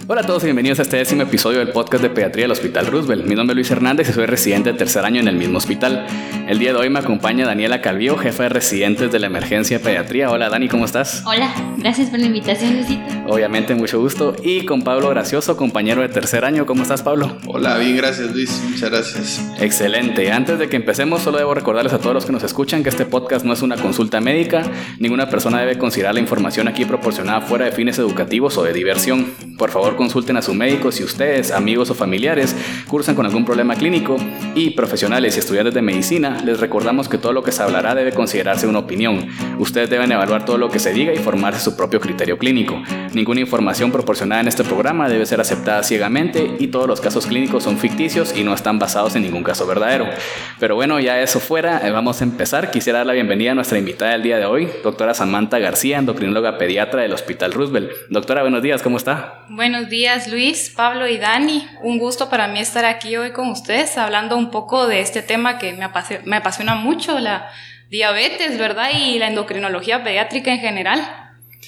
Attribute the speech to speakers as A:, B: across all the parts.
A: Hola a todos y bienvenidos a este 10º episodio del podcast de pediatría del Hospital Roosevelt. Mi nombre es Luis Hernández y soy residente de tercer año en el mismo hospital. El día de hoy me acompaña Daniela Calvillo, jefa de residentes de la emergencia de pediatría. Hola Dani, ¿cómo estás?
B: Hola, gracias por la invitación, Luisito.
A: Obviamente, mucho gusto. Y con Pablo Gracioso, compañero de tercer año. ¿Cómo estás, Pablo?
C: Hola, bien, gracias Luis, muchas gracias.
A: Excelente. Antes de que empecemos, solo debo recordarles a todos los que nos escuchan que este podcast no es una consulta médica. Ninguna persona debe considerar la información aquí proporcionada fuera de fines educativos o de diversión. Por favor, consulten a su médico si ustedes, amigos o familiares cursan con algún problema clínico, y profesionales y estudiantes de medicina, les recordamos que todo lo que se hablará debe considerarse una opinión. Ustedes deben evaluar todo lo que se diga y formarse su propio criterio clínico. Ninguna información proporcionada en este programa debe ser aceptada ciegamente y todos los casos clínicos son ficticios y no están basados en ningún caso verdadero. Pero bueno, ya eso fuera, vamos a empezar. Quisiera dar la bienvenida a nuestra invitada del día de hoy, doctora Samantha García, endocrinóloga pediatra del Hospital Roosevelt. Doctora, buenos días, ¿cómo está?
D: Buenos días, Luis, Pablo y Dani. Un gusto para mí estar aquí hoy con ustedes hablando un poco de este tema que me apasiona mucho, la diabetes, ¿verdad? Y la endocrinología pediátrica en general.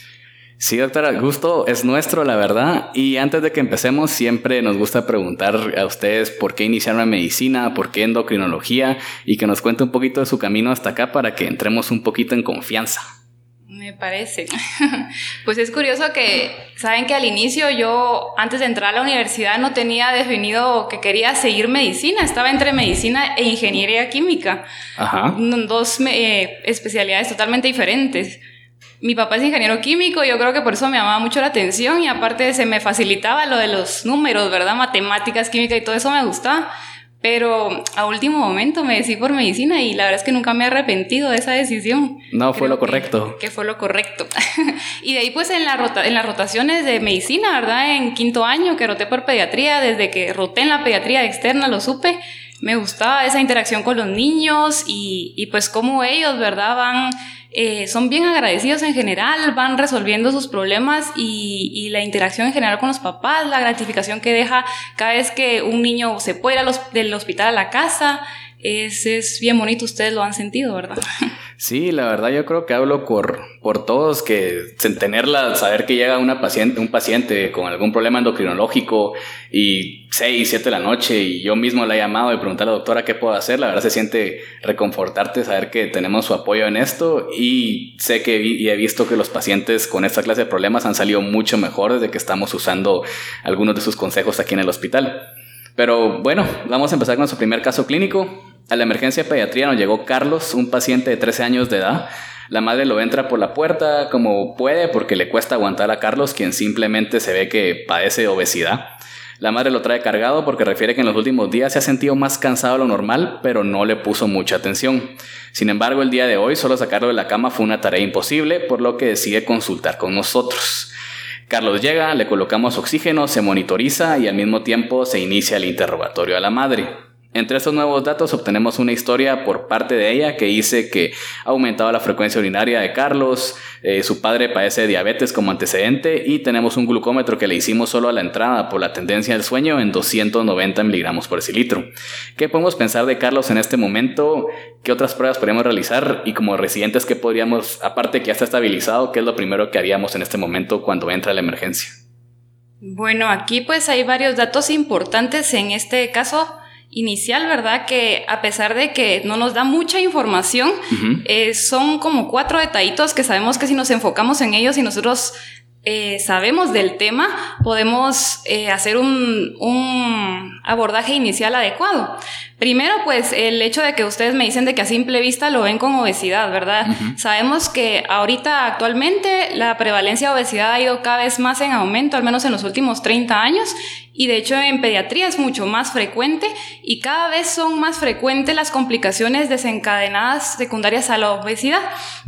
A: Sí, doctora, el gusto es nuestro, la verdad. Y antes de que empecemos, siempre nos gusta preguntar a ustedes por qué iniciaron en medicina, por qué endocrinología, y que nos cuente un poquito de su camino hasta acá para que entremos un poquito en confianza.
D: Me parece. Pues es curioso que, saben que al inicio yo, antes de entrar a la universidad, no tenía definido que quería seguir medicina. Estaba entre medicina e ingeniería química.
A: Ajá.
D: Dos especialidades totalmente diferentes. Mi papá es ingeniero químico, yo creo que por eso me llamaba mucho la atención y aparte se me facilitaba lo de los números, ¿verdad? Matemáticas, química y todo eso me gustaba. Pero a último momento me decidí por medicina y la verdad es que nunca me he arrepentido de esa decisión.
A: No, fue lo correcto.
D: Que fue lo correcto. Y de ahí pues en las rotaciones de medicina, ¿verdad? En quinto año que roté por pediatría, desde que roté en la pediatría externa lo supe. Me gustaba esa interacción con los niños y pues cómo ellos, ¿verdad? Son bien agradecidos en general, van resolviendo sus problemas y la interacción en general con los papás, la gratificación que deja cada vez que un niño se puede ir del hospital a la casa, es bien bonito. Ustedes lo han sentido, ¿verdad?
A: Sí, la verdad yo creo que hablo por todos, que saber que llega un paciente con algún problema endocrinológico y 6, 7 de la noche y yo mismo la he llamado y preguntarle a la doctora qué puedo hacer, la verdad se siente reconfortarte saber que tenemos su apoyo en esto y sé que he visto que los pacientes con esta clase de problemas han salido mucho mejor desde que estamos usando algunos de sus consejos aquí en el hospital. Pero bueno, vamos a empezar con nuestro primer caso clínico. A la emergencia de pediatría nos llegó Carlos, un paciente de 13 años de edad. La madre lo entra por la puerta como puede porque le cuesta aguantar a Carlos, quien simplemente se ve que padece de obesidad. La madre lo trae cargado porque refiere que en los últimos días se ha sentido más cansado de lo normal, pero no le puso mucha atención. Sin embargo, el día de hoy solo sacarlo de la cama fue una tarea imposible, por lo que decide consultar con nosotros. Carlos llega, le colocamos oxígeno, se monitoriza y al mismo tiempo se inicia el interrogatorio a la madre. Entre estos nuevos datos obtenemos una historia por parte de ella que dice que ha aumentado la frecuencia urinaria de Carlos, su padre padece de diabetes como antecedente y tenemos un glucómetro que le hicimos solo a la entrada por la tendencia del sueño en 290 miligramos por decilitro. ¿Qué podemos pensar de Carlos en este momento? ¿Qué otras pruebas podríamos realizar? Y como residentes, ¿qué podríamos, aparte que ya está estabilizado, qué es lo primero que haríamos en este momento cuando entra la emergencia?
D: Bueno, aquí pues hay varios datos importantes en este caso inicial, ¿verdad? Que a pesar de que no nos da mucha información, son como 4 detallitos que sabemos que si nos enfocamos en ellos y nosotros sabemos del tema, podemos hacer un abordaje inicial adecuado. Primero, pues, el hecho de que ustedes me dicen de que a simple vista lo ven con obesidad, ¿verdad? Sabemos que ahorita, actualmente, la prevalencia de obesidad ha ido cada vez más en aumento, al menos en los últimos 30 años, y de hecho en pediatría es mucho más frecuente y cada vez son más frecuentes las complicaciones desencadenadas secundarias a la obesidad.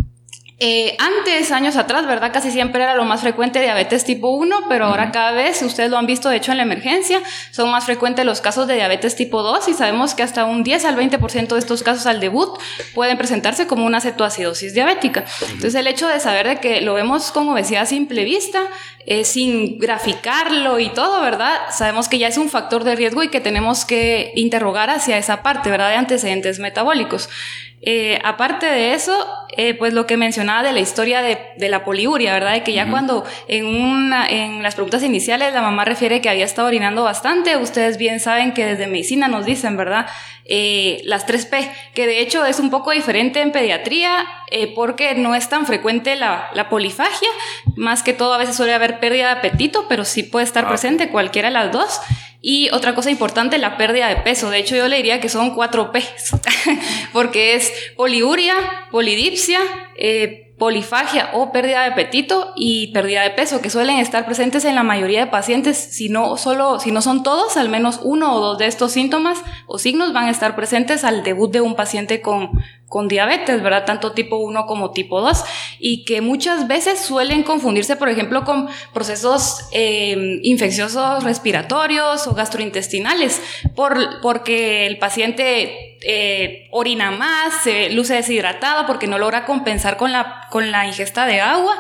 D: Antes, años atrás, ¿verdad? Casi siempre era lo más frecuente diabetes tipo 1, pero ahora cada vez, ustedes lo han visto de hecho en la emergencia, son más frecuentes los casos de diabetes tipo 2 y sabemos que hasta un 10 al 20% de estos casos al debut pueden presentarse como una cetoacidosis diabética. Entonces el hecho de saber de que lo vemos con obesidad a simple vista, sin graficarlo y todo, ¿verdad? Sabemos que ya es un factor de riesgo y que tenemos que interrogar hacia esa parte, ¿verdad? De antecedentes metabólicos. Aparte de eso, pues lo que mencionaba de la historia de la poliuria, ¿verdad? De que ya cuando en las preguntas iniciales la mamá refiere que había estado orinando bastante, ustedes bien saben que desde medicina nos dicen, ¿verdad? Las 3P, que de hecho es un poco diferente en pediatría porque no es tan frecuente la polifagia, más que todo a veces suele haber pérdida de apetito, pero sí puede estar presente cualquiera de las dos. Y otra cosa importante, la pérdida de peso. De hecho, yo le diría que son 4P, porque es poliuria, polidipsia, polifagia o pérdida de apetito y pérdida de peso, que suelen estar presentes en la mayoría de pacientes. Si no son todos, al menos uno o dos de estos síntomas o signos van a estar presentes al debut de un paciente con diabetes, ¿verdad? Tanto tipo 1 como tipo 2, y que muchas veces suelen confundirse, por ejemplo, con procesos infecciosos respiratorios o gastrointestinales, porque el paciente orina más, se luce deshidratado porque no logra compensar con la ingesta de agua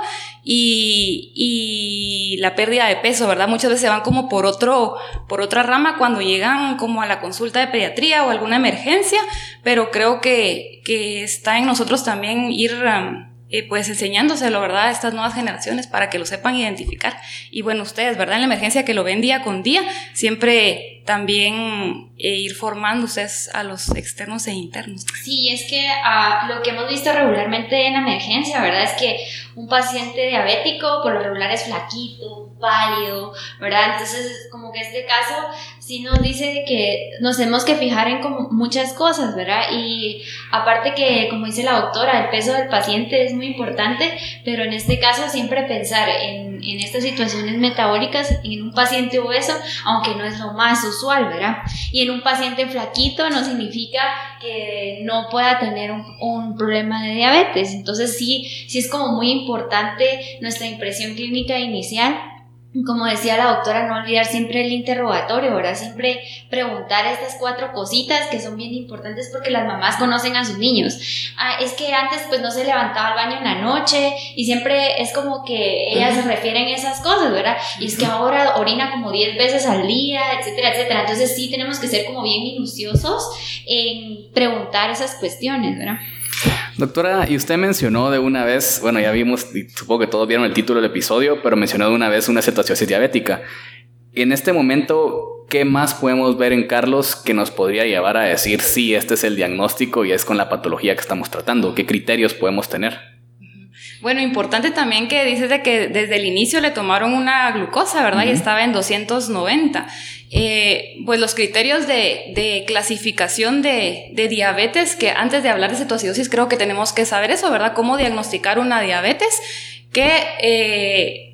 D: y la pérdida de peso, ¿verdad? Muchas veces se van como por otra rama cuando llegan como a la consulta de pediatría o alguna emergencia, pero creo que está en nosotros también ir pues enseñándoselo, ¿verdad? A estas nuevas generaciones para que lo sepan identificar. Y bueno, ustedes, ¿verdad? En la emergencia que lo ven día con día, siempre también ir formando ustedes a los externos e internos.
B: Sí, es que lo que hemos visto regularmente en la emergencia, ¿verdad? Es que un paciente diabético por lo regular es flaquito, pálido, ¿verdad? Entonces, como que este caso sí nos dice que nos tenemos que fijar en como muchas cosas, ¿verdad? Y aparte que, como dice la doctora, el peso del paciente es muy importante, pero en este caso siempre pensar en estas situaciones metabólicas en un paciente obeso, aunque no es lo más usual, ¿verdad? Y en un paciente flaquito no significa que no pueda tener un problema de diabetes. Entonces sí es como muy importante nuestra impresión clínica inicial. Como decía la doctora, no olvidar siempre el interrogatorio, ¿verdad? Siempre preguntar estas 4 cositas que son bien importantes porque las mamás conocen a sus niños. Es que antes pues no se levantaba al baño en la noche y siempre es como que ellas se refieren a esas cosas, ¿verdad? Y es que ahora orina como 10 veces al día, etcétera, etcétera. Entonces sí tenemos que ser como bien minuciosos en preguntar esas cuestiones, ¿verdad?
A: Doctora, y usted mencionó de una vez, bueno, ya vimos, y supongo que todos vieron el título del episodio, pero mencionó de una vez una cetoacidosis diabética. En este momento, ¿qué más podemos ver en Carlos que nos podría llevar a decir sí, este es el diagnóstico y es con la patología que estamos tratando? ¿Qué criterios podemos tener?
D: Bueno, importante también que dices de que desde el inicio le tomaron una glucosa, ¿verdad? Y estaba en 290. Pues los criterios de clasificación de diabetes, que antes de hablar de cetoacidosis creo que tenemos que saber eso, ¿verdad? Cómo diagnosticar una diabetes, que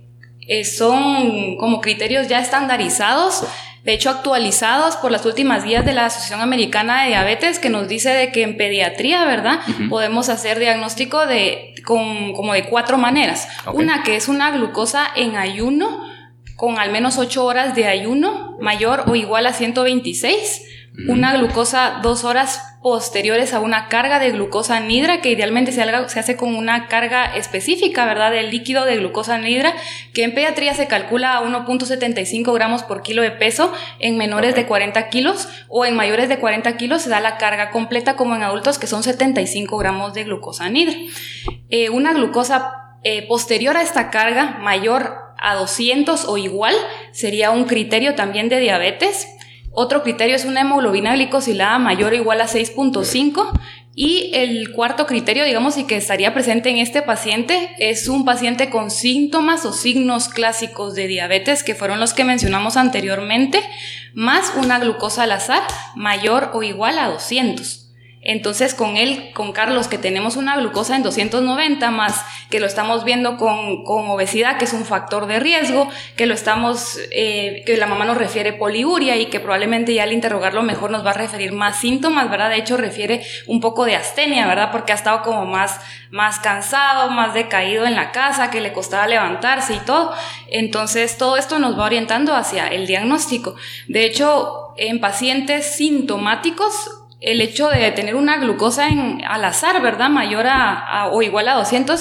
D: son como criterios ya estandarizados, de hecho actualizados por las últimas guías de la Asociación Americana de Diabetes, que nos dice de que en pediatría, ¿verdad? Podemos hacer diagnóstico como de 4 maneras. Okay. Una que es una glucosa en ayuno, con al menos 8 horas de ayuno, mayor o igual a 126. Una glucosa 2 horas posteriores a una carga de glucosa anhidra, que idealmente se hace con una carga específica, ¿verdad? Del líquido de glucosa anhidra, que en pediatría se calcula a 1.75 gramos por kilo de peso en menores de 40 kilos, o en mayores de 40 kilos se da la carga completa como en adultos, que son 75 gramos de glucosa anhidra. Una glucosa posterior a esta carga, mayor a 200 o igual, sería un criterio también de diabetes. Otro criterio es una hemoglobina glicosilada mayor o igual a 6.5. Y el cuarto criterio, digamos, y que estaría presente en este paciente, es un paciente con síntomas o signos clásicos de diabetes, que fueron los que mencionamos anteriormente, más una glucosa al azar mayor o igual a 200. Entonces con Carlos, que tenemos una glucosa en 290 más, que lo estamos viendo con obesidad, que es un factor de riesgo, que que la mamá nos refiere poliuria y que probablemente ya al interrogarlo mejor nos va a referir más síntomas, ¿verdad? De hecho refiere un poco de astenia, ¿verdad? Porque ha estado como más cansado, más decaído en la casa, que le costaba levantarse y todo. Entonces todo esto nos va orientando hacia el diagnóstico. De hecho, en pacientes sintomáticos, el hecho de tener una glucosa al azar, ¿verdad? Mayor o igual a 200,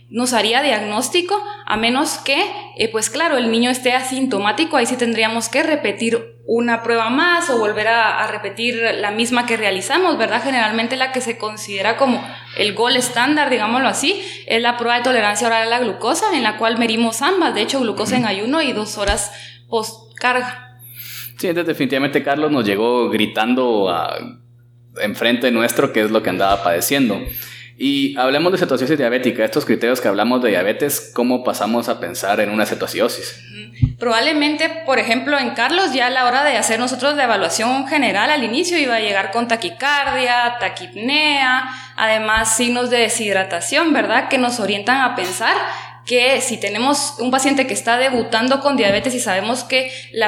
D: nos haría diagnóstico, a menos que, pues claro, el niño esté asintomático. Ahí sí tendríamos que repetir una prueba más o volver a repetir la misma que realizamos, ¿verdad? Generalmente la que se considera como el gold estándar, digámoslo así, es la prueba de tolerancia oral a la glucosa, en la cual medimos ambas, de hecho, glucosa en ayuno y 2 horas post-carga.
A: Sí, entonces definitivamente Carlos nos llegó gritando enfrente nuestro qué es lo que andaba padeciendo. Y hablemos de cetoacidosis diabética, estos criterios que hablamos de diabetes, ¿cómo pasamos a pensar en una cetoacidosis?
D: Probablemente, por ejemplo, en Carlos, ya a la hora de hacer nosotros la evaluación general al inicio iba a llegar con taquicardia, taquipnea, además signos de deshidratación, ¿verdad? Que nos orientan a pensar que si tenemos un paciente que está debutando con diabetes y sabemos que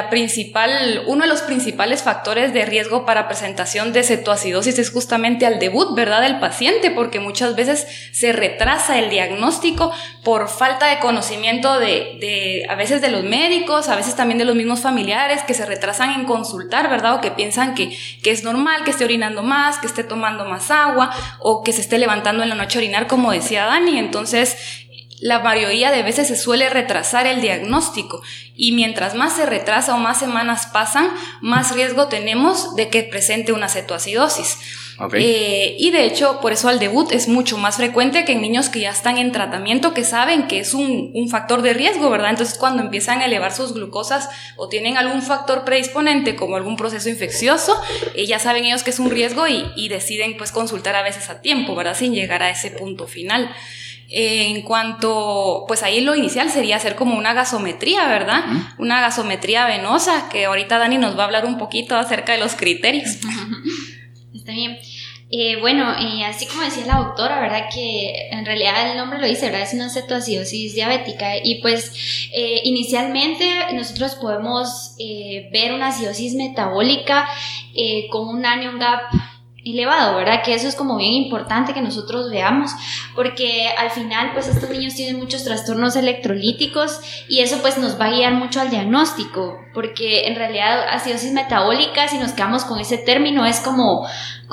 D: uno de los principales factores de riesgo para presentación de cetoacidosis es justamente al debut, ¿verdad?, del paciente, porque muchas veces se retrasa el diagnóstico por falta de conocimiento a veces de los médicos, a veces también de los mismos familiares que se retrasan en consultar, ¿verdad?, o que piensan que es normal que esté orinando más, que esté tomando más agua o que se esté levantando en la noche a orinar, como decía Dani. Entonces, la mayoría de veces se suele retrasar el diagnóstico y mientras más se retrasa o más semanas pasan, más riesgo tenemos de que presente una cetoacidosis.
A: Okay.
D: Y de hecho, por eso al debut es mucho más frecuente que en niños que ya están en tratamiento, que saben que es un factor de riesgo, ¿verdad? Entonces, cuando empiezan a elevar sus glucosas o tienen algún factor predisponente como algún proceso infeccioso, ya saben ellos que es un riesgo y deciden pues consultar a veces a tiempo, ¿verdad? Sin llegar a ese punto final. En cuanto, pues ahí lo inicial sería hacer como una gasometría, ¿verdad? Una gasometría venosa, que ahorita Dani nos va a hablar un poquito acerca de los criterios.
B: Está bien. Bueno, así como decía la doctora, ¿verdad? Que en realidad el nombre lo dice, ¿verdad? Es una cetoacidosis diabética y pues inicialmente nosotros podemos ver una acidosis metabólica con un anion gap elevado, ¿verdad? Que eso es como bien importante que nosotros veamos, porque al final pues estos niños tienen muchos trastornos electrolíticos y eso pues nos va a guiar mucho al diagnóstico, porque en realidad acidosis metabólica, si nos quedamos con ese término, es como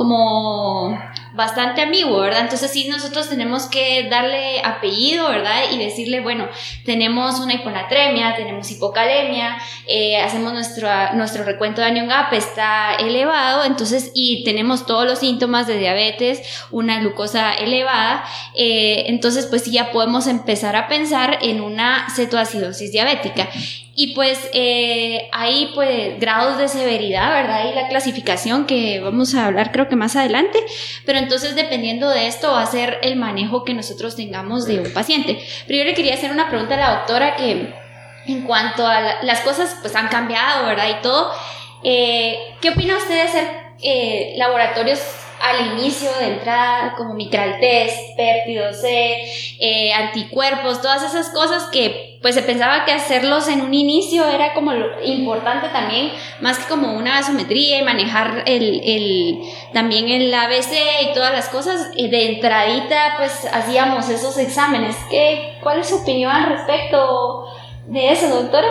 B: bastante ambiguo, ¿verdad? Entonces sí, nosotros tenemos que darle apellido, ¿verdad? Y decirle, bueno, tenemos una hiponatremia, tenemos hipocalemia, hacemos nuestro recuento de anion gap, está elevado, entonces, y tenemos todos los síntomas de diabetes, una glucosa elevada, entonces pues sí ya podemos empezar a pensar en una cetoacidosis diabética. Y pues hay pues grados de severidad, ¿verdad? Y la clasificación que vamos a hablar creo que más adelante, pero entonces dependiendo de esto va a ser el manejo que nosotros tengamos de un paciente. Pero yo le quería hacer una pregunta a la doctora que en cuanto a las cosas pues han cambiado, ¿verdad? Y todo, ¿qué opina usted de hacer laboratorios al inicio de entrada como Micral-Test, péptido C, anticuerpos, todas esas cosas que pues se pensaba que hacerlos en un inicio era como lo importante también, más que como una gasometría y manejar también el ABC y todas las cosas, de entradita pues hacíamos esos exámenes. ¿Cuál es su opinión al respecto de eso, doctora?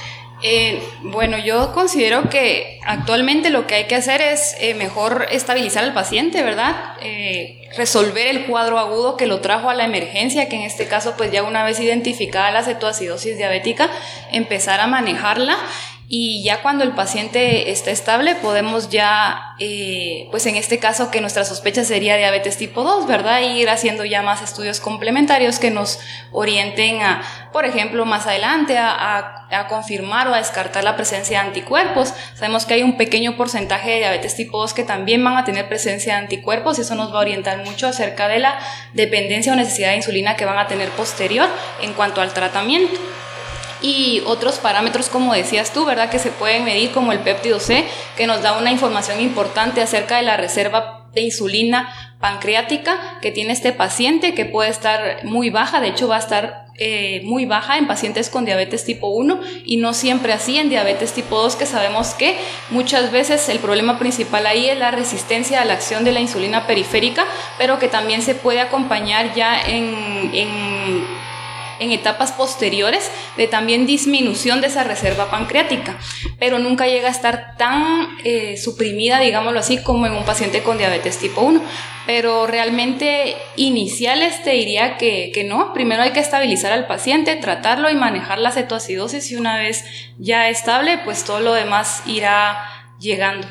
D: Bueno, yo considero que actualmente lo que hay que hacer es mejor estabilizar al paciente, ¿verdad? Resolver el cuadro agudo que lo trajo a la emergencia, que en este caso pues ya una vez identificada la cetoacidosis diabética, empezar a manejarla. Y ya cuando el paciente está estable podemos ya, pues en este caso que nuestra sospecha sería diabetes tipo 2, ¿verdad? Y ir haciendo ya más estudios complementarios que nos orienten a, por ejemplo, más adelante a confirmar o a descartar la presencia de anticuerpos. Sabemos que hay un pequeño porcentaje de diabetes tipo 2 que también van a tener presencia de anticuerpos y eso nos va a orientar mucho acerca de la dependencia o necesidad de insulina que van a tener posterior en cuanto al tratamiento. Y otros parámetros, como decías tú, ¿verdad?, que se pueden medir, como el péptido C, que nos da una información importante acerca de la reserva de insulina pancreática que tiene este paciente, que puede estar muy baja, de hecho va a estar muy baja en pacientes con diabetes tipo 1 y no siempre así en diabetes tipo 2, que sabemos que muchas veces el problema principal ahí es la resistencia a la acción de la insulina periférica, pero que también se puede acompañar ya en etapas posteriores de también disminución de esa reserva pancreática, pero nunca llega a estar tan suprimida, digámoslo así, como en un paciente con diabetes tipo 1. Pero realmente iniciales te diría que no. Primero hay que estabilizar al paciente, tratarlo y manejar la cetoacidosis, y una vez ya estable, pues todo lo demás irá llegando.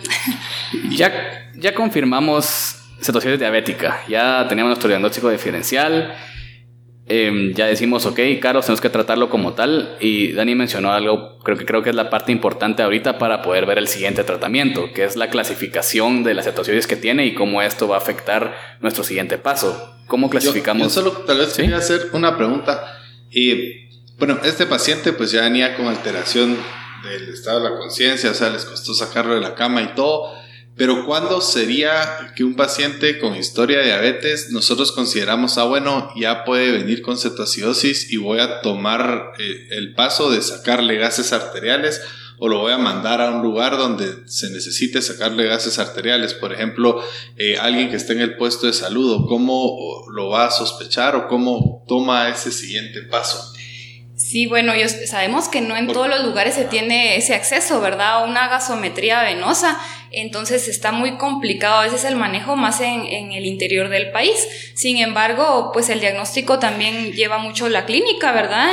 A: Ya confirmamos cetoacidosis diabética, ya teníamos nuestro diagnóstico diferencial, ya decimos, ok, Carlos, tenemos que tratarlo como tal, y Dani mencionó algo, creo que es la parte importante ahorita para poder ver el siguiente tratamiento, que es la clasificación de la cetoacidosis que tiene y cómo esto va a afectar nuestro siguiente paso. ¿Cómo clasificamos?
C: Yo solo tal vez quería hacer una pregunta. Bueno, este paciente pues ya venía con alteración del estado de la conciencia, o sea, les costó sacarlo de la cama y todo. Pero ¿cuándo sería que un paciente con historia de diabetes nosotros consideramos, bueno, ya puede venir con cetoacidosis y voy a tomar el paso de sacarle gases arteriales, o lo voy a mandar a un lugar donde se necesite sacarle gases arteriales? Por ejemplo, alguien que esté en el puesto de salud, ¿o cómo lo va a sospechar o cómo toma ese siguiente paso?
D: Sí, bueno, sabemos que no en todos los lugares se tiene ese acceso, ¿verdad? A una gasometría venosa, entonces está muy complicado a veces el manejo, más en el interior del país. Sin embargo, pues el diagnóstico también lleva mucho la clínica, ¿verdad?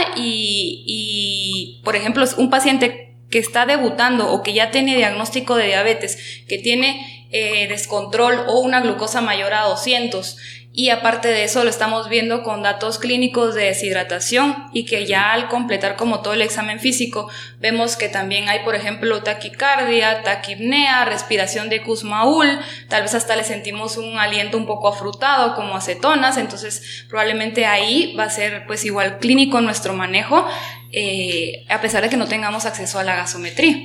D: Y por ejemplo, un paciente que está debutando o que ya tiene diagnóstico de diabetes, que tiene descontrol o una glucosa mayor a 200, y aparte de eso lo estamos viendo con datos clínicos de deshidratación, y que ya al completar como todo el examen físico vemos que también hay, por ejemplo, taquicardia, taquipnea, respiración de Kussmaul, tal vez hasta le sentimos un aliento un poco afrutado como acetonas. Entonces probablemente ahí va a ser pues igual clínico nuestro manejo, a pesar de que no tengamos acceso a la gasometría.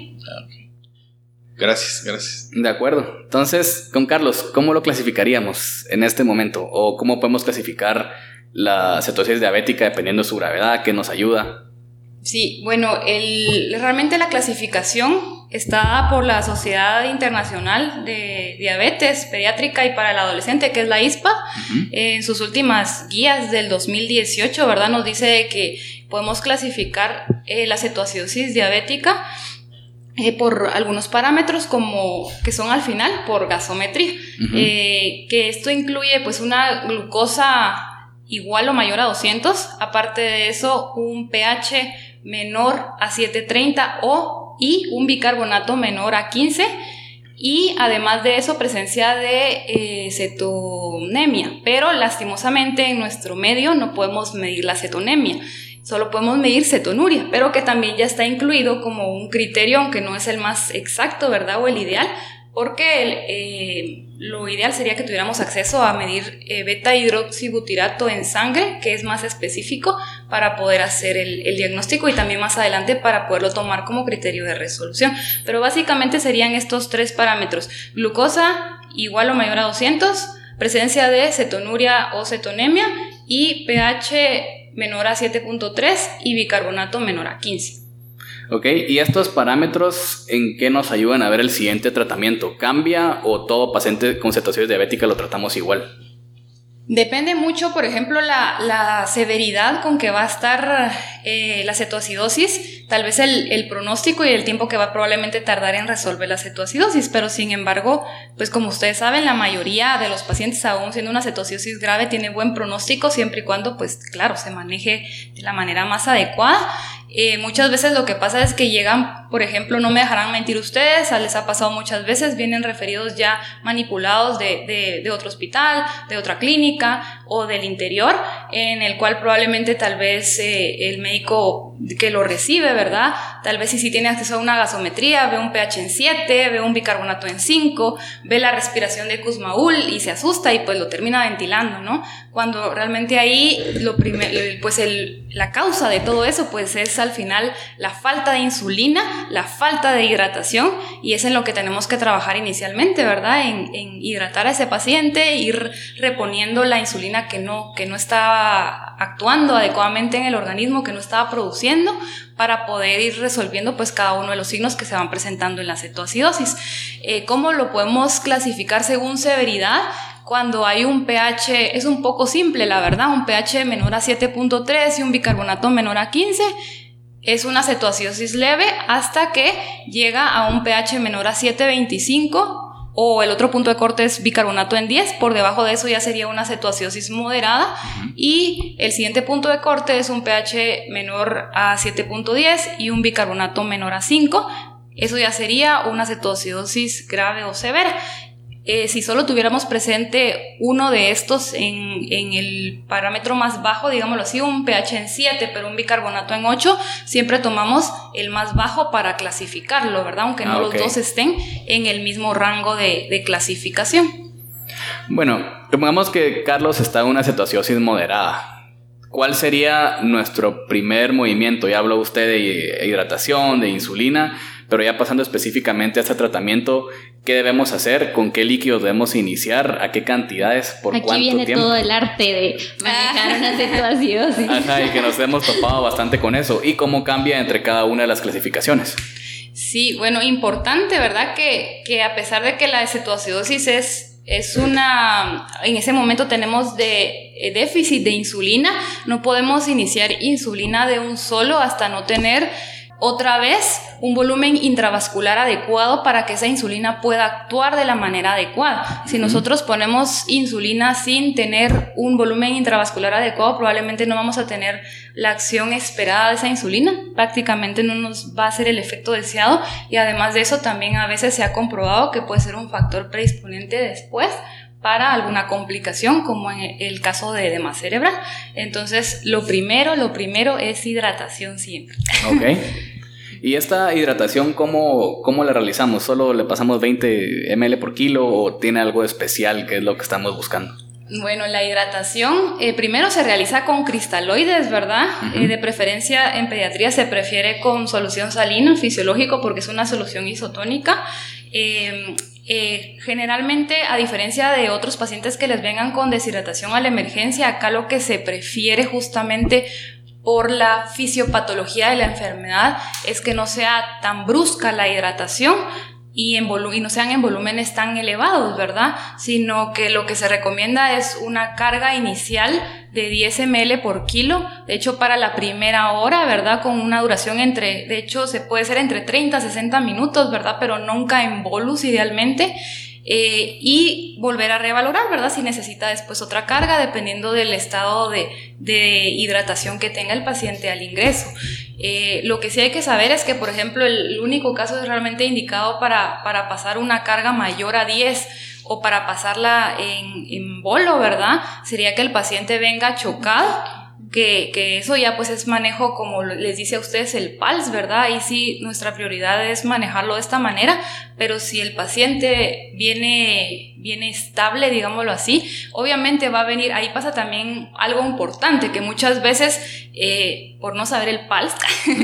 C: Gracias.
A: De acuerdo. Entonces, con Carlos, ¿cómo lo clasificaríamos en este momento? ¿O cómo podemos clasificar la cetoacidosis diabética dependiendo de su gravedad? ¿Qué nos ayuda?
D: Sí, bueno, realmente la clasificación está dada por la Sociedad Internacional de Diabetes Pediátrica y para el Adolescente, que es la ISPA. En sus últimas guías del 2018, ¿verdad?, nos dice que podemos clasificar la cetoacidosis diabética por algunos parámetros, como que son al final por gasometría, que esto incluye pues una glucosa igual o mayor a 200, aparte de eso un pH menor a 730 y un bicarbonato menor a 15, y además de eso presencia de cetonemia, pero lastimosamente en nuestro medio no podemos medir la cetonemia. Solo podemos medir cetonuria, pero que también ya está incluido como un criterio, aunque no es el más exacto, ¿verdad?, o el ideal, porque lo ideal sería que tuviéramos acceso a medir beta-hidroxibutirato en sangre, que es más específico para poder hacer el diagnóstico, y también más adelante para poderlo tomar como criterio de resolución. Pero básicamente serían estos tres parámetros: glucosa igual o mayor a 200, presencia de cetonuria o cetonemia, y pH menor a 7.3 y bicarbonato menor a 15.
A: Ok, ¿y estos parámetros en qué nos ayudan a ver el siguiente tratamiento? ¿Cambia o todo paciente con cetoacidosis diabética lo tratamos igual?
D: Depende mucho, por ejemplo, la severidad con que va a estar la cetoacidosis, tal vez el pronóstico y el tiempo que va probablemente tardar en resolver la cetoacidosis, pero sin embargo, pues como ustedes saben, la mayoría de los pacientes, aún siendo una cetoacidosis grave, tiene buen pronóstico siempre y cuando, pues claro, se maneje de la manera más adecuada. Muchas veces lo que pasa es que llegan, por ejemplo, no me dejarán mentir ustedes, les ha pasado muchas veces, vienen referidos ya manipulados de otro hospital, de otra clínica o del interior, en el cual probablemente tal vez el médico que lo recibe, ¿verdad?, tal vez sí tiene acceso a una gasometría, ve un pH en 7, ve un bicarbonato en 5, ve la respiración de Kussmaul y se asusta y pues lo termina ventilando, ¿no? Cuando realmente ahí la causa de todo eso pues es al final la falta de insulina, la falta de hidratación, y es en lo que tenemos que trabajar inicialmente, ¿verdad?, en hidratar a ese paciente, ir reponiendo la insulina que no está actuando adecuadamente en el organismo que no estaba produciendo para poder ir resolviendo pues cada uno de los signos que se van presentando en la cetoacidosis. ¿Cómo lo podemos clasificar según severidad? Cuando hay un pH, es un poco simple la verdad, un pH menor a 7.3 y un bicarbonato menor a 15, es una cetoacidosis leve hasta que llega a un pH menor a 7.25 o el otro punto de corte es bicarbonato en 10, por debajo de eso ya sería una cetoacidosis moderada y el siguiente punto de corte es un pH menor a 7.10 y un bicarbonato menor a 5, eso ya sería una cetoacidosis grave o severa. Si solo tuviéramos presente uno de estos en el parámetro más bajo, digámoslo así, un pH en 7, pero un bicarbonato en 8, siempre tomamos el más bajo para clasificarlo, ¿verdad? Aunque no los dos estén en el mismo rango de clasificación.
A: Bueno, supongamos que Carlos está en una cetoacidosis moderada. ¿Cuál sería nuestro primer movimiento? Ya habló usted de hidratación, de insulina, pero ya pasando específicamente a este tratamiento, ¿qué debemos hacer? ¿Con qué líquidos debemos iniciar? ¿A qué cantidades? ¿Por cuánto tiempo?
B: Aquí viene todo el arte de manejar una cetoacidosis.
A: Ajá, y que nos hemos topado bastante con eso. ¿Y cómo cambia entre cada una de las clasificaciones?
D: Sí, bueno, importante, ¿verdad? Que a pesar de que la cetoacidosis es una, en ese momento tenemos déficit de insulina, no podemos iniciar insulina de un solo hasta no tener otra vez un volumen intravascular adecuado para que esa insulina pueda actuar de la manera adecuada. Si nosotros ponemos insulina sin tener un volumen intravascular adecuado, probablemente no vamos a tener la acción esperada de esa insulina, prácticamente no nos va a hacer el efecto deseado y además de eso también a veces se ha comprobado que puede ser un factor predisponente después para alguna complicación, como en el caso de edema cerebral. Entonces, lo primero es hidratación siempre.
A: Ok. ¿Y esta hidratación cómo la realizamos? ¿Solo le pasamos 20 ml por kilo o tiene algo especial que es lo que estamos buscando?
D: Bueno, la hidratación primero se realiza con cristaloides, ¿verdad? De preferencia en pediatría se prefiere con solución salina, fisiológico, porque es una solución isotónica. Generalmente, a diferencia de otros pacientes que les vengan con deshidratación a la emergencia, acá lo que se prefiere justamente por la fisiopatología de la enfermedad es que no sea tan brusca la hidratación y no sean en volúmenes tan elevados, ¿verdad? Sino que lo que se recomienda es una carga inicial de 10 ml por kilo, de hecho para la primera hora, ¿verdad? Con una duración de hecho se puede ser entre 30 a 60 minutos, ¿verdad? Pero nunca en bolus idealmente. Y volver a revalorar, ¿verdad? Si necesita después otra carga, dependiendo del estado de hidratación que tenga el paciente al ingreso. Lo que sí hay que saber es que, por ejemplo, el único caso es realmente indicado para pasar una carga mayor a 10 o para pasarla en bolo, ¿verdad? Sería que el paciente venga chocado, que eso ya pues es manejo, como les dice a ustedes, el PALS, ¿verdad? Ahí sí nuestra prioridad es manejarlo de esta manera, pero si el paciente viene estable, digámoslo así, obviamente va a venir, ahí pasa también algo importante, que muchas veces, por no saber el PALS,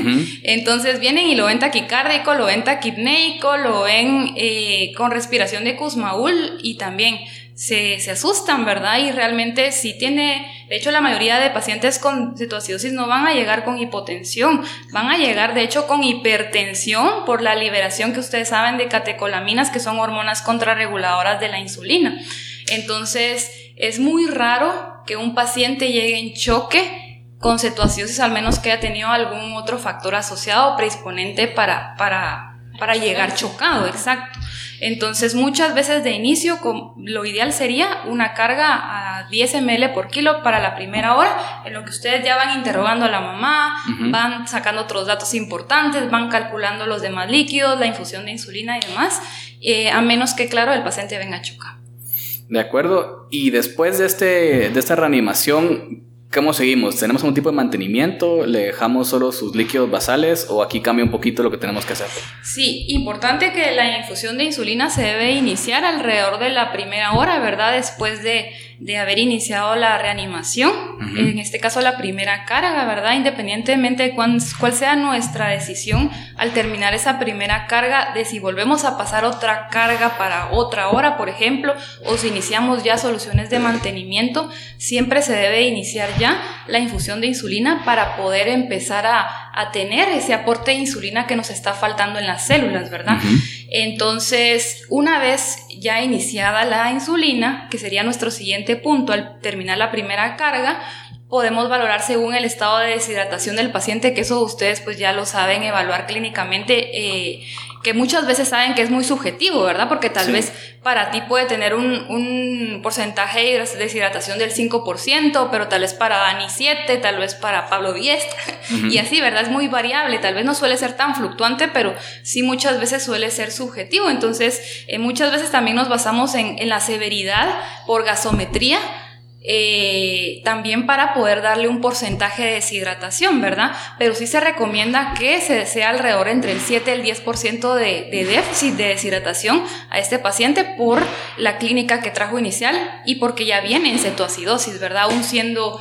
D: entonces vienen y lo ven taquicárdico, lo ven taquipneico, lo ven con respiración de Kussmaul y también se asustan, ¿verdad? Y realmente sí de hecho la mayoría de pacientes con cetoacidosis no van a llegar con hipotensión, van a llegar de hecho con hipertensión por la liberación que ustedes saben de catecolaminas, que son hormonas contrarreguladoras de la insulina. Entonces es muy raro que un paciente llegue en choque con cetoacidosis, al menos que haya tenido algún otro factor asociado o predisponente para llegar chocado, exacto. Entonces muchas veces de inicio lo ideal sería una carga a 10 ml por kilo para la primera hora, en lo que ustedes ya van interrogando a la mamá, van sacando otros datos importantes, van calculando los demás líquidos, la infusión de insulina y demás, a menos que, claro, el paciente venga chocado.
A: De acuerdo. Y después de esta reanimación, ¿cómo seguimos? ¿Tenemos algún tipo de mantenimiento? ¿Le dejamos solo sus líquidos basales o aquí cambia un poquito lo que tenemos que hacer?
D: Sí, importante que la infusión de insulina se debe iniciar alrededor de la primera hora, ¿verdad? Después de haber iniciado la reanimación, en este caso la primera carga, ¿verdad? Independientemente de cuál sea nuestra decisión al terminar esa primera carga, de si volvemos a pasar otra carga para otra hora, por ejemplo, o si iniciamos ya soluciones de mantenimiento, siempre se debe iniciar ya la infusión de insulina para poder empezar a tener ese aporte de insulina que nos está faltando en las células, ¿verdad?
A: Uh-huh.
D: Entonces, una vez ya iniciada la insulina, que sería nuestro siguiente punto al terminar la primera carga, podemos valorar según el estado de deshidratación del paciente, que eso ustedes pues ya lo saben evaluar clínicamente, que muchas veces saben que es muy subjetivo, ¿verdad? Porque tal vez para ti puede tener un porcentaje de deshidratación del 5%, pero tal vez para Dani 7%, tal vez para Pablo 10%, uh-huh. Y así, ¿verdad? Es muy variable, tal vez no suele ser tan fluctuante, pero sí muchas veces suele ser subjetivo. Entonces, muchas veces también nos basamos en la severidad por gasometría, también para poder darle un porcentaje de deshidratación, ¿verdad? Pero sí se recomienda que sea alrededor entre el 7 y el 10% de déficit de deshidratación a este paciente por la clínica que trajo inicial y porque ya viene en cetoacidosis, ¿verdad? Aún siendo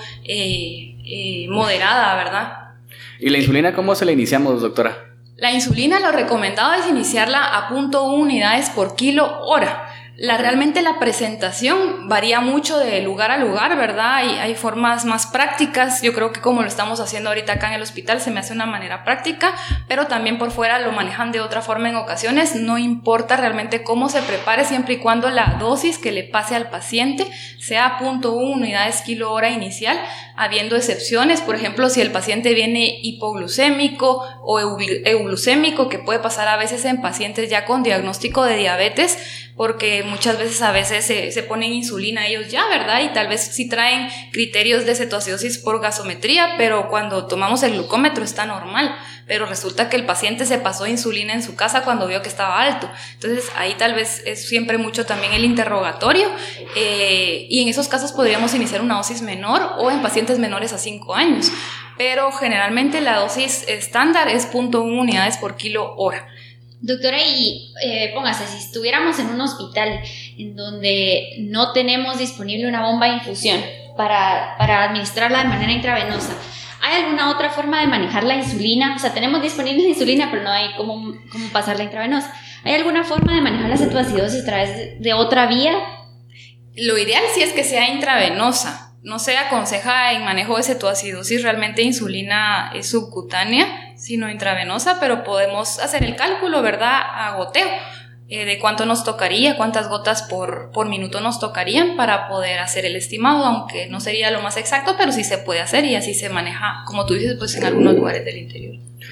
D: moderada, ¿verdad?
A: ¿Y la insulina cómo se la iniciamos, doctora?
D: La insulina, lo recomendado es iniciarla a 0.1 unidades por kilo hora. Realmente la presentación varía mucho de lugar a lugar, ¿verdad? Hay formas más prácticas, yo creo que como lo estamos haciendo ahorita acá en el hospital se me hace una manera práctica, pero también por fuera lo manejan de otra forma en ocasiones, no importa realmente cómo se prepare, siempre y cuando la dosis que le pase al paciente sea 0.1 unidades kilo hora inicial, habiendo excepciones, por ejemplo, si el paciente viene hipoglucémico o euglucémico, que puede pasar a veces en pacientes ya con diagnóstico de diabetes, porque muchas veces se ponen insulina ellos ya, ¿verdad? Y tal vez sí traen criterios de cetoacidosis por gasometría, pero cuando tomamos el glucómetro está normal, pero resulta que el paciente se pasó insulina en su casa cuando vio que estaba alto. Entonces ahí tal vez es siempre mucho también el interrogatorio, y en esos casos podríamos iniciar una dosis menor o en pacientes menores a 5 años, pero generalmente la dosis estándar es 0.1 unidades por kilo hora.
B: Doctora, y póngase, si estuviéramos en un hospital en donde no tenemos disponible una bomba de infusión para administrarla de manera intravenosa, ¿hay alguna otra forma de manejar la insulina? O sea, tenemos disponible la insulina, pero no hay cómo pasarla intravenosa. ¿Hay alguna forma de manejar la cetoacidosis a través de otra vía?
D: Lo ideal sí es que sea intravenosa. No se aconseja en manejo de cetoacidosis realmente insulina subcutánea, sino intravenosa, pero podemos hacer el cálculo, ¿verdad? A goteo, de cuánto nos tocaría, cuántas gotas por minuto nos tocarían para poder hacer el estimado, aunque no sería lo más exacto, pero sí se puede hacer y así se maneja, como tú dices, pues en algunos lugares del interior.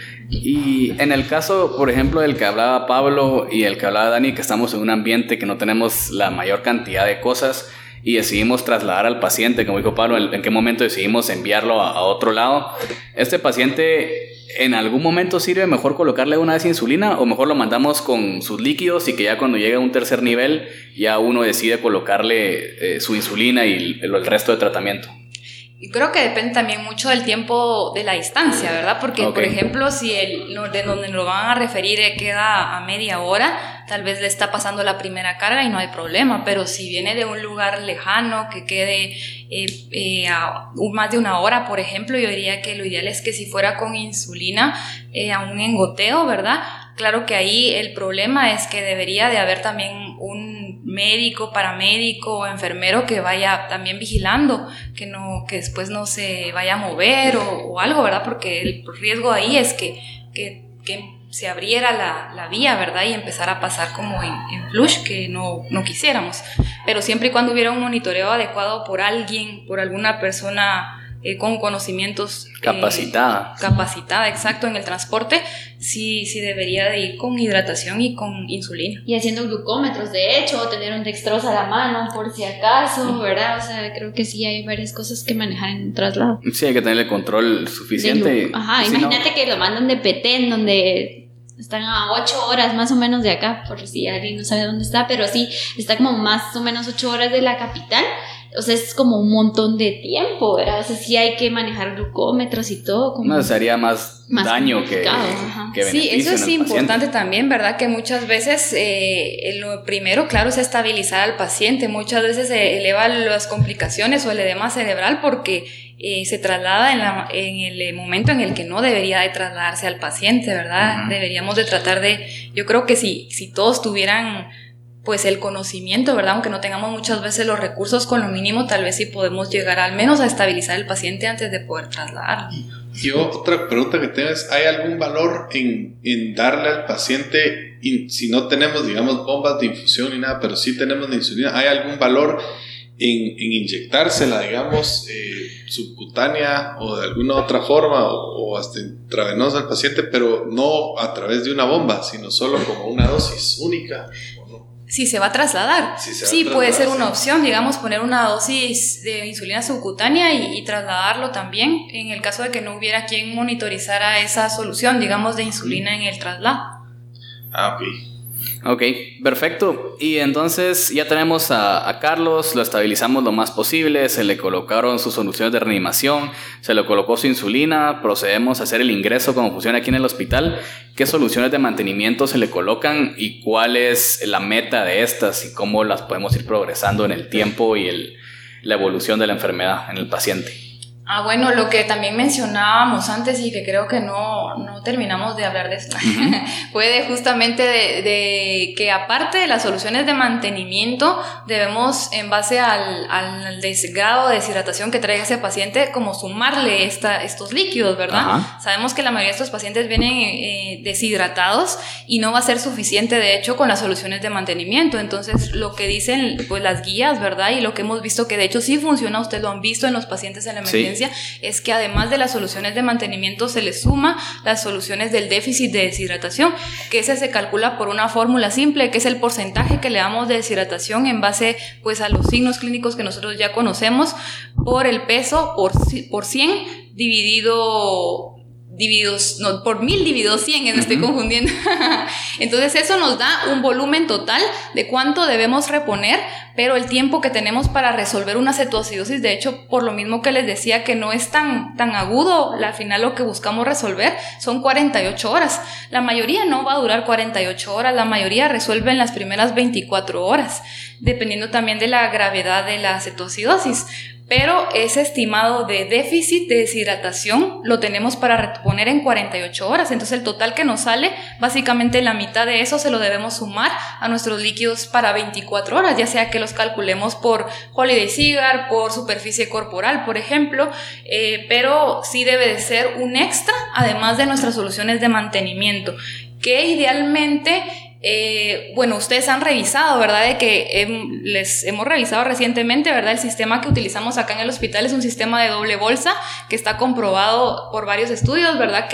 A: Y en el caso, por ejemplo, del que hablaba Pablo y el que hablaba Dani, que estamos en un ambiente que no tenemos la mayor cantidad de cosas y decidimos trasladar al paciente, como dijo Pablo, en qué momento decidimos enviarlo a otro lado. Este paciente, ¿en algún momento sirve mejor colocarle una vez insulina o mejor lo mandamos con sus líquidos y que ya cuando llegue a un tercer nivel ya uno decide colocarle su insulina y el resto de tratamiento?
D: Y creo que depende también mucho del tiempo de la distancia, ¿verdad? Porque, por ejemplo, si de donde lo van a referir queda a media hora, tal vez le está pasando la primera carga y no hay problema, pero si viene de un lugar lejano que quede a más de una hora, por ejemplo, yo diría que lo ideal es que si fuera con insulina, aún en goteo, ¿verdad? Claro que ahí el problema es que debería de haber también un médico, paramédico o enfermero que vaya también vigilando, que después no se vaya a mover o algo, ¿verdad? Porque el riesgo ahí es que se abriera la vía, ¿verdad? Y empezara a pasar como en flush, que no quisiéramos. Pero siempre y cuando hubiera un monitoreo adecuado por alguien, por alguna persona con conocimientos capacitada, exacto, en el transporte, sí debería de ir con hidratación y con insulina.
B: Y haciendo glucómetros, de hecho, o tener un dextrosa a la mano por si acaso, ¿verdad? O sea, creo que sí hay varias cosas que manejar en un traslado.
A: Sí, hay que tener el control suficiente.
B: Imagínate que lo mandan de Petén, donde están a 8 horas más o menos de acá, por si alguien no sabe dónde está, pero sí, está como más o menos 8 horas de la capital. O sea, es como un montón de tiempo, ¿verdad? O sea, sí hay que manejar glucómetros y todo. Como
A: se haría más daño que beneficio.
D: Sí, eso es importante también, ¿verdad? Que muchas veces lo primero, claro, es estabilizar al paciente. Muchas veces se elevan las complicaciones o el edema cerebral porque se traslada en el momento en el que no debería de trasladarse al paciente, ¿verdad? Uh-huh. Deberíamos de tratar de... Yo creo que si todos tuvieran pues el conocimiento, ¿verdad? Aunque no tengamos muchas veces los recursos, con lo mínimo tal vez sí podemos llegar al menos a estabilizar el paciente antes de poder trasladarlo.
C: Yo, otra pregunta que tengo es, ¿hay algún valor en darle al paciente, si no tenemos, digamos, bombas de infusión ni nada, pero sí tenemos la insulina, ¿hay algún valor en inyectársela, digamos, subcutánea o de alguna otra forma o hasta intravenosa al paciente, pero no a través de una bomba, sino solo como una dosis única?
D: Si se va a trasladar, sí, puede ser una opción, digamos, poner una dosis de insulina subcutánea y trasladarlo también, en el caso de que no hubiera quien monitorizara esa solución, digamos, de insulina en el traslado.
C: Ah, ok.
A: Ok, perfecto. Y entonces ya tenemos a Carlos, lo estabilizamos lo más posible, se le colocaron sus soluciones de reanimación, se le colocó su insulina, procedemos a hacer el ingreso como funciona aquí en el hospital. ¿Qué soluciones de mantenimiento se le colocan y cuál es la meta de estas y cómo las podemos ir progresando en el tiempo y la evolución de la enfermedad en el paciente?
D: Bueno, lo que también mencionábamos antes y que creo que no terminamos de hablar de esto, fue justamente de que aparte de las soluciones de mantenimiento, debemos, en base al grado de deshidratación que traiga ese paciente, como sumarle estos líquidos, ¿verdad? Ajá. Sabemos que la mayoría de estos pacientes vienen deshidratados y no va a ser suficiente, de hecho, con las soluciones de mantenimiento. Entonces, lo que dicen pues las guías, ¿verdad? Y lo que hemos visto que de hecho sí funciona, ustedes lo han visto en los pacientes en la emergencia, sí, es que además de las soluciones de mantenimiento se le suma las soluciones del déficit de deshidratación, que ese se calcula por una fórmula simple, que es el porcentaje que le damos de deshidratación en base pues a los signos clínicos que nosotros ya conocemos, por el peso por 100 por 1000 dividido 100, me estoy confundiendo. Entonces eso nos da un volumen total de cuánto debemos reponer, pero el tiempo que tenemos para resolver una cetoacidosis, de hecho, por lo mismo que les decía que no es tan agudo, al final lo que buscamos resolver son 48 horas. La mayoría no va a durar 48 horas, la mayoría resuelve en las primeras 24 horas, dependiendo también de la gravedad de la cetoacidosis. Pero ese estimado de déficit de deshidratación lo tenemos para reponer en 48 horas. Entonces el total que nos sale, básicamente la mitad de eso se lo debemos sumar a nuestros líquidos para 24 horas, ya sea que los calculemos por Holiday Cigar, por superficie corporal, por ejemplo, pero sí debe de ser un extra, además de nuestras soluciones de mantenimiento, que idealmente... bueno, ustedes han revisado, ¿verdad? De que les hemos revisado recientemente, ¿verdad? El sistema que utilizamos acá en el hospital es un sistema de doble bolsa que está comprobado por varios estudios, ¿verdad?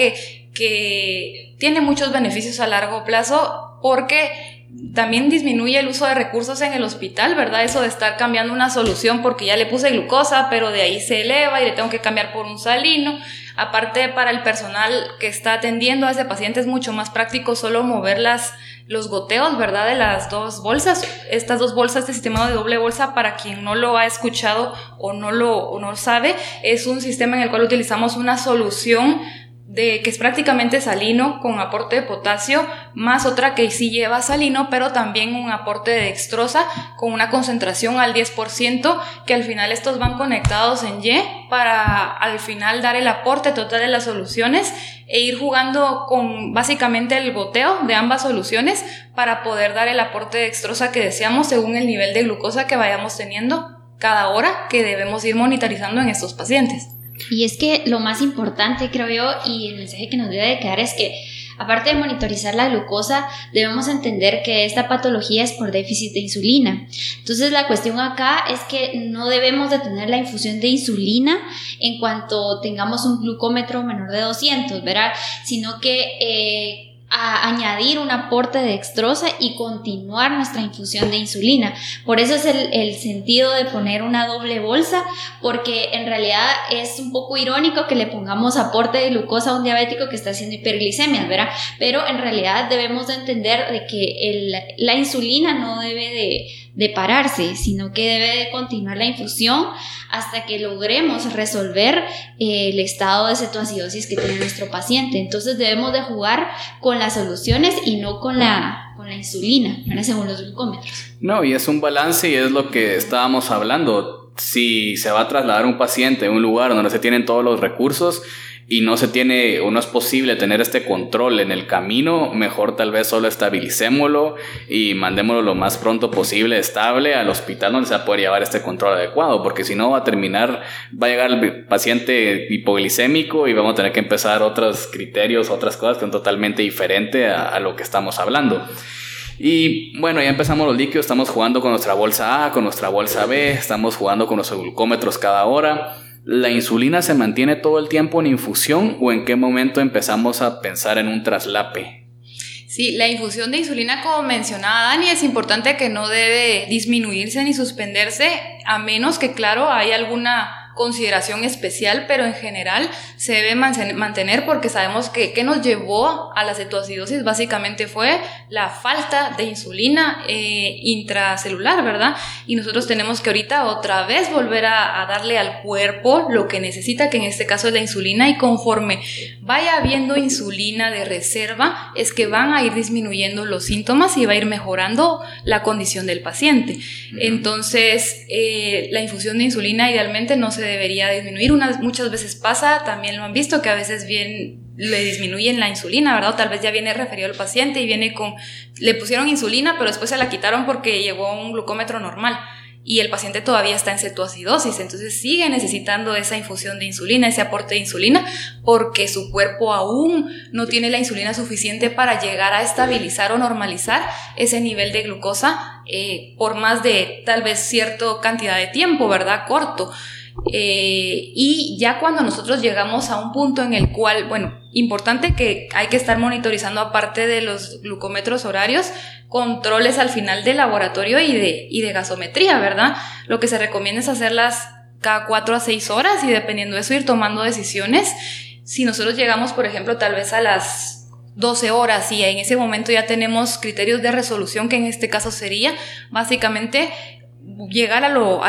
D: Que tiene muchos beneficios a largo plazo porque también disminuye el uso de recursos en el hospital, ¿verdad? Eso de estar cambiando una solución porque ya le puse glucosa, pero de ahí se eleva y le tengo que cambiar por un salino. Aparte, para el personal que está atendiendo a ese paciente es mucho más práctico solo mover los goteos, ¿verdad? De las dos bolsas. Estas dos bolsas de sistema de doble bolsa, para quien no lo ha escuchado o no lo sabe, es un sistema en el cual utilizamos una solución que es prácticamente salino con aporte de potasio, más otra que sí lleva salino, pero también un aporte de dextrosa con una concentración al 10%, que al final estos van conectados en Y para al final dar el aporte total de las soluciones e ir jugando con básicamente el goteo de ambas soluciones para poder dar el aporte de dextrosa que deseamos según el nivel de glucosa que vayamos teniendo cada hora que debemos ir monitorizando en estos pacientes.
B: Y es que lo más importante, creo yo, y el mensaje que nos debe de quedar es que, aparte de monitorizar la glucosa, debemos entender que esta patología es por déficit de insulina. Entonces la cuestión acá es que no debemos de tener la infusión de insulina en cuanto tengamos un glucómetro menor de 200, ¿verdad? Sino que a añadir un aporte de dextrosa y continuar nuestra infusión de insulina. Por eso es el sentido de poner una doble bolsa, porque en realidad es un poco irónico que le pongamos aporte de glucosa a un diabético que está haciendo hiperglicemia, ¿verdad? Pero en realidad debemos de entender de que la insulina no debe de pararse, sino que debe de continuar la infusión hasta que logremos resolver el estado de cetoacidosis que tiene nuestro paciente. Entonces debemos de jugar con las soluciones y no con la insulina, ¿verdad? Según los glucómetros.
A: No, y es un balance y es lo que estábamos hablando. Si se va a trasladar un paciente a un lugar donde no se tienen todos los recursos, y no se tiene o no es posible tener este control en el camino, mejor tal vez solo estabilicémoslo y mandémoslo lo más pronto posible estable al hospital donde se va a poder llevar este control adecuado, porque si no va a llegar el paciente hipoglicémico y vamos a tener que empezar otros criterios, otras cosas que son totalmente diferentes a lo que estamos hablando. Y bueno, ya empezamos los líquidos, estamos jugando con nuestra bolsa A, con nuestra bolsa B, estamos jugando con los glucómetros cada hora. ¿La insulina se mantiene todo el tiempo en infusión o en qué momento empezamos a pensar en un traslape?
D: Sí, la infusión de insulina, como mencionaba Dani, es importante que no debe disminuirse ni suspenderse, a menos que, claro, haya alguna consideración especial, pero en general se debe mantener porque sabemos que nos llevó a la cetoacidosis básicamente fue la falta de insulina intracelular, ¿verdad? Y nosotros tenemos que ahorita otra vez volver a darle al cuerpo lo que necesita, que en este caso es la insulina, y conforme vaya habiendo insulina de reserva es que van a ir disminuyendo los síntomas y va a ir mejorando la condición del paciente. Entonces la infusión de insulina idealmente no se debería disminuir. Muchas veces pasa, también lo han visto, que a veces le disminuyen la insulina, ¿verdad? O tal vez ya viene referido al paciente y le pusieron insulina, pero después se la quitaron porque llegó a un glucómetro normal y el paciente todavía está en cetoacidosis, entonces sigue necesitando esa infusión de insulina, ese aporte de insulina, porque su cuerpo aún no tiene la insulina suficiente para llegar a estabilizar o normalizar ese nivel de glucosa por más de tal vez cierta cantidad de tiempo, ¿verdad? Corto. Y ya cuando nosotros llegamos a un punto en el cual, bueno, importante que hay que estar monitorizando, aparte de los glucómetros horarios, controles al final de laboratorio y de gasometría, ¿verdad? Lo que se recomienda es hacerlas cada 4 a 6 horas y dependiendo de eso ir tomando decisiones. Si nosotros llegamos, por ejemplo, tal vez a las 12 horas y en ese momento ya tenemos criterios de resolución, que en este caso sería básicamente llegar a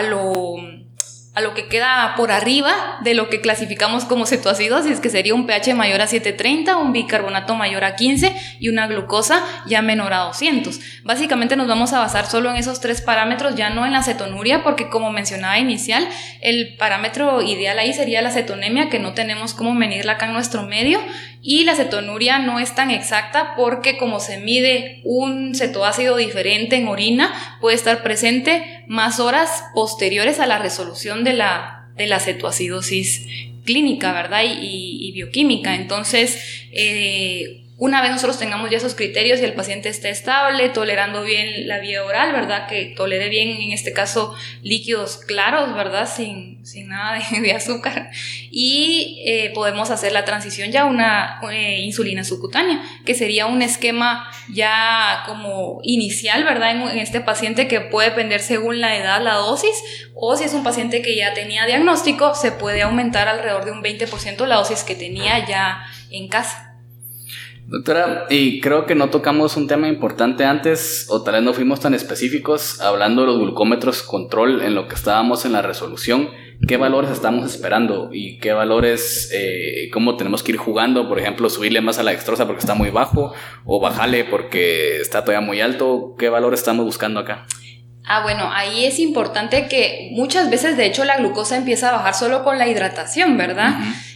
D: lo que queda por arriba de lo que clasificamos como cetoacidosis, que sería un pH mayor a 730, un bicarbonato mayor a 15 y una glucosa ya menor a 200. Básicamente nos vamos a basar solo en esos 3 parámetros, ya no en la cetonuria, porque como mencionaba inicial, el parámetro ideal ahí sería la cetonemia, que no tenemos cómo medirla acá en nuestro medio, y la cetonuria no es tan exacta porque como se mide un cetoácido diferente en orina, puede estar presente más horas posteriores a la resolución de la cetoacidosis clínica, ¿verdad? Y bioquímica. Entonces, una vez nosotros tengamos ya esos criterios y el paciente esté estable, tolerando bien la vía oral, ¿verdad? Que tolere bien, en este caso, líquidos claros, ¿verdad? Sin nada de azúcar. Y podemos hacer la transición ya a una insulina subcutánea, que sería un esquema ya como inicial, ¿verdad? En este paciente, que puede depender según la edad, la dosis, o si es un paciente que ya tenía diagnóstico, se puede aumentar alrededor de un 20% la dosis que tenía ya en casa.
A: Doctora, y creo que no tocamos un tema importante antes, o tal vez no fuimos tan específicos, hablando de los glucómetros control en lo que estábamos en la resolución. ¿Qué valores estamos esperando? ¿Y qué valores, cómo tenemos que ir jugando? Por ejemplo, subirle más a la dextrosa porque está muy bajo, o bajarle porque está todavía muy alto. ¿Qué valor estamos buscando acá?
D: Bueno, ahí es importante que muchas veces, de hecho, la glucosa empieza a bajar solo con la hidratación, ¿verdad?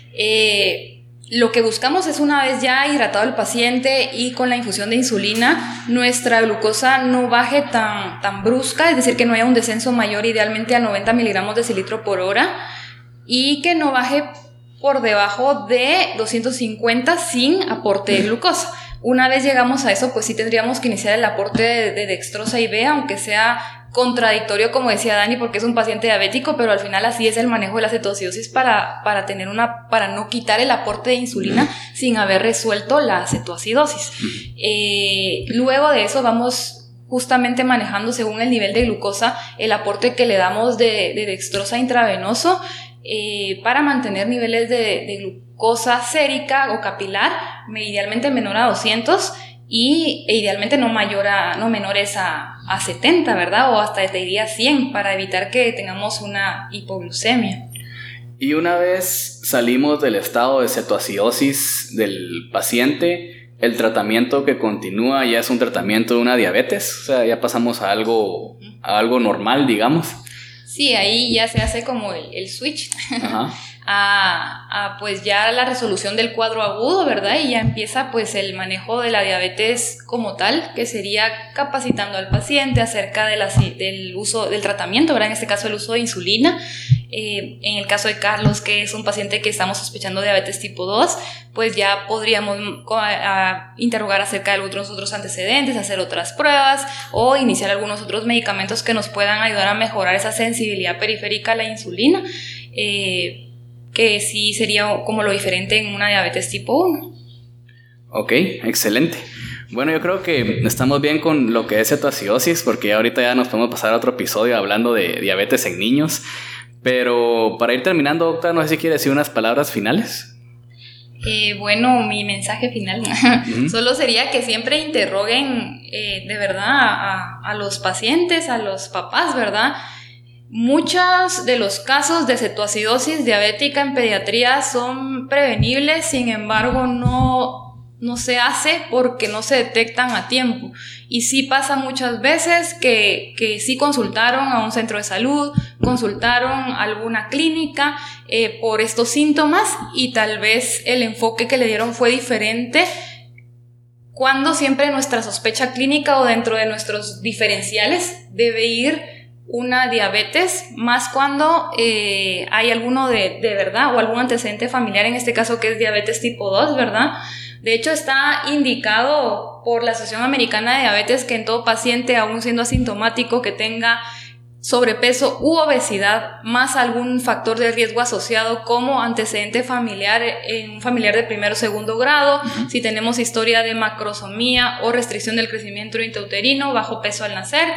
D: Lo que buscamos es, una vez ya hidratado el paciente y con la infusión de insulina, nuestra glucosa no baje tan brusca, es decir, que no haya un descenso mayor, idealmente a 90 miligramos decilitro por hora, y que no baje por debajo de 250 sin aporte de glucosa. Una vez llegamos a eso, pues sí tendríamos que iniciar el aporte de dextrosa y B, aunque sea contradictorio, como decía Dani, porque es un paciente diabético, pero al final así es el manejo de la cetoacidosis para no quitar el aporte de insulina sin haber resuelto la cetoacidosis. Luego de eso vamos justamente manejando según el nivel de glucosa el aporte que le damos de dextrosa intravenoso para mantener niveles de glucosa sérica o capilar idealmente menor a 200 e idealmente no menores a 70, ¿verdad? O hasta te diría 100, para evitar que tengamos una hipoglucemia.
A: Y una vez salimos del estado de cetoacidosis del paciente, el tratamiento que continúa ya es un tratamiento de una diabetes, o sea, ya pasamos a algo normal, digamos.
D: Sí, ahí ya se hace como el switch. Ajá. a pues ya la resolución del cuadro agudo, ¿verdad? Y ya empieza pues el manejo de la diabetes como tal, que sería capacitando al paciente acerca del uso del tratamiento, ¿verdad? En este caso el uso de insulina. En el caso de Carlos, que es un paciente que estamos sospechando de diabetes tipo 2, pues ya podríamos interrogar acerca de algunos otros antecedentes, hacer otras pruebas o iniciar algunos otros medicamentos que nos puedan ayudar a mejorar esa sensibilidad periférica a la insulina, que sí sería como lo diferente en una diabetes tipo 1.
A: Ok, excelente. Bueno, yo creo que estamos bien con lo que es cetoacidosis, porque ahorita ya nos podemos pasar a otro episodio hablando de diabetes en niños. Pero para ir terminando, doctora, no sé si quiere decir unas palabras finales.
D: Bueno, mi mensaje final solo sería que siempre interroguen de verdad a los pacientes, a los papás, ¿verdad? Muchos de los casos de cetoacidosis diabética en pediatría son prevenibles, sin embargo no se hace porque no se detectan a tiempo. Y sí pasa muchas veces que sí consultaron a un centro de salud, consultaron a alguna clínica por estos síntomas y tal vez el enfoque que le dieron fue diferente, cuando siempre nuestra sospecha clínica o dentro de nuestros diferenciales debe ir una diabetes, más cuando hay alguno de verdad o algún antecedente familiar, en este caso que es diabetes tipo 2, ¿verdad? De hecho, está indicado por la Asociación Americana de Diabetes que en todo paciente, aún siendo asintomático, que tenga sobrepeso u obesidad, más algún factor de riesgo asociado como antecedente familiar, un familiar de primero o segundo grado, si tenemos historia de macrosomía o restricción del crecimiento intrauterino, bajo peso al nacer,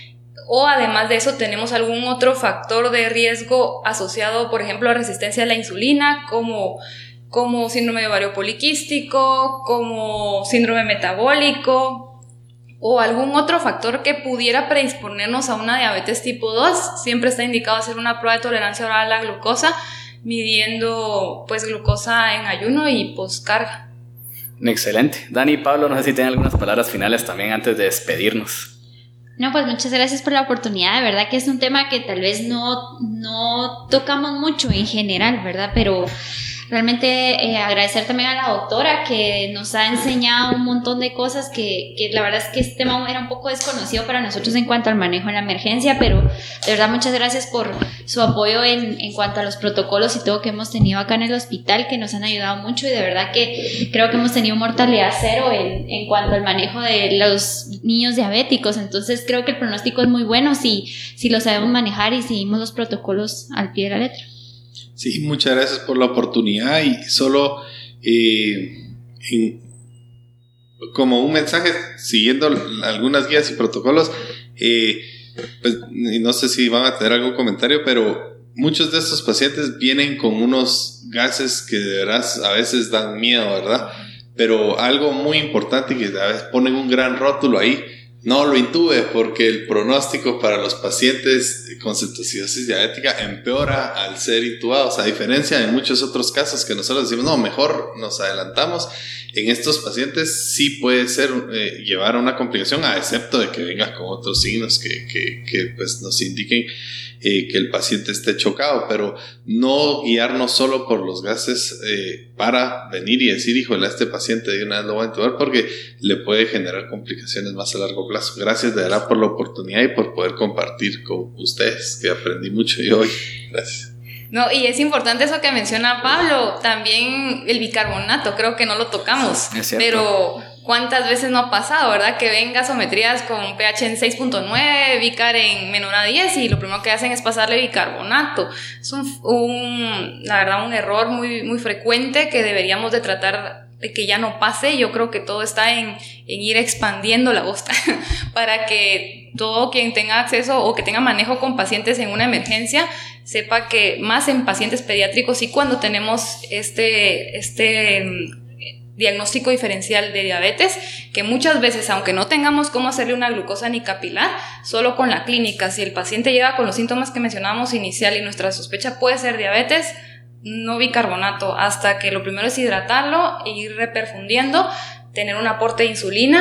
D: o además de eso tenemos algún otro factor de riesgo asociado, por ejemplo, a resistencia a la insulina, como síndrome de ovario poliquístico, como síndrome metabólico o algún otro factor que pudiera predisponernos a una diabetes tipo 2, siempre está indicado hacer una prueba de tolerancia oral a la glucosa, midiendo pues glucosa en ayuno y postcarga.
A: Excelente. Dani y Pablo, no sé si tienen algunas palabras finales también antes de despedirnos.
B: No, pues muchas gracias por la oportunidad, de verdad que es un tema que tal vez no tocamos mucho en general, ¿verdad? Pero realmente agradecer también a la doctora que nos ha enseñado un montón de cosas que la verdad es que este tema era un poco desconocido para nosotros en cuanto al manejo en la emergencia, pero de verdad muchas gracias por su apoyo en cuanto a los protocolos y todo que hemos tenido acá en el hospital, que nos han ayudado mucho, y de verdad que creo que hemos tenido mortalidad cero en cuanto al manejo de los niños diabéticos. Entonces creo que el pronóstico es muy bueno si lo sabemos manejar y seguimos los protocolos al pie de la letra.
C: Sí, muchas gracias por la oportunidad, y solo como un mensaje, siguiendo algunas guías y protocolos, pues no sé si van a tener algún comentario, pero muchos de estos pacientes vienen con unos gases que de verdad a veces dan miedo, ¿verdad? Pero algo muy importante, que a veces ponen un gran rótulo ahí: no lo intube, porque el pronóstico para los pacientes con cetoacidosis diabética empeora al ser intubados, a diferencia de muchos otros casos que nosotros decimos, no, mejor nos adelantamos. En estos pacientes sí puede ser llevar a una complicación, a excepto de que venga con otros signos que pues nos indiquen que el paciente esté chocado, pero no guiarnos solo por los gases para venir y decir, híjole, a este paciente de una vez lo voy a intubar, porque le puede generar complicaciones más a largo plazo. Gracias de verdad por la oportunidad y por poder compartir con ustedes, que aprendí mucho yo hoy. Gracias.
D: No, y es importante eso que menciona Pablo, también el bicarbonato, creo que no lo tocamos, pero ¿cuántas veces no ha pasado, verdad? Que ven gasometrías con pH en 6.9, bicar en menor a 10, y lo primero que hacen es pasarle bicarbonato. Es la verdad, un error muy, muy frecuente que deberíamos de tratar de que ya no pase. Yo creo que todo está en ir expandiendo la voz para que todo quien tenga acceso o que tenga manejo con pacientes en una emergencia sepa que más en pacientes pediátricos, y cuando tenemos este diagnóstico diferencial de diabetes, que muchas veces, aunque no tengamos cómo hacerle una glucosa ni capilar, solo con la clínica, si el paciente llega con los síntomas que mencionábamos inicial y nuestra sospecha puede ser diabetes, no bicarbonato, hasta que lo primero es hidratarlo e ir reperfundiendo, tener un aporte de insulina,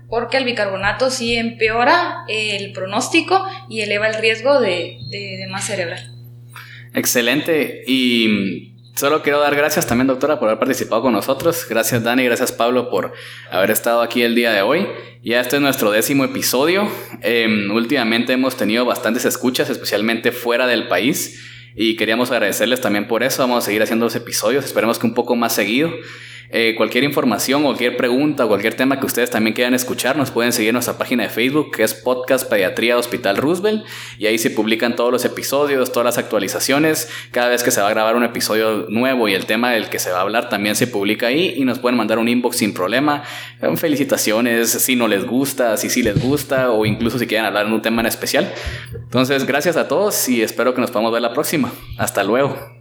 D: porque el bicarbonato sí empeora el pronóstico y eleva el riesgo de edema cerebral.
A: Excelente. Y solo quiero dar gracias también, doctora, por haber participado con nosotros. Gracias, Dani, gracias, Pablo, por haber estado aquí el día de hoy. Ya este es nuestro 10º episodio. Últimamente hemos tenido bastantes escuchas, especialmente fuera del país, y queríamos agradecerles también por eso. Vamos a seguir haciendo los episodios, esperemos que un poco más seguido. Cualquier información, cualquier pregunta, cualquier tema que ustedes también quieran escuchar, nos pueden seguir en nuestra página de Facebook, que es Podcast Pediatría Hospital Roosevelt, y ahí se publican todos los episodios, todas las actualizaciones. Cada vez que se va a grabar un episodio nuevo y el tema del que se va a hablar también se publica ahí, y nos pueden mandar un inbox sin problema. Felicitaciones si no les gusta, si sí les gusta, o incluso si quieren hablar de un tema en especial. Entonces, gracias a todos y espero que nos podamos ver la próxima. Hasta luego.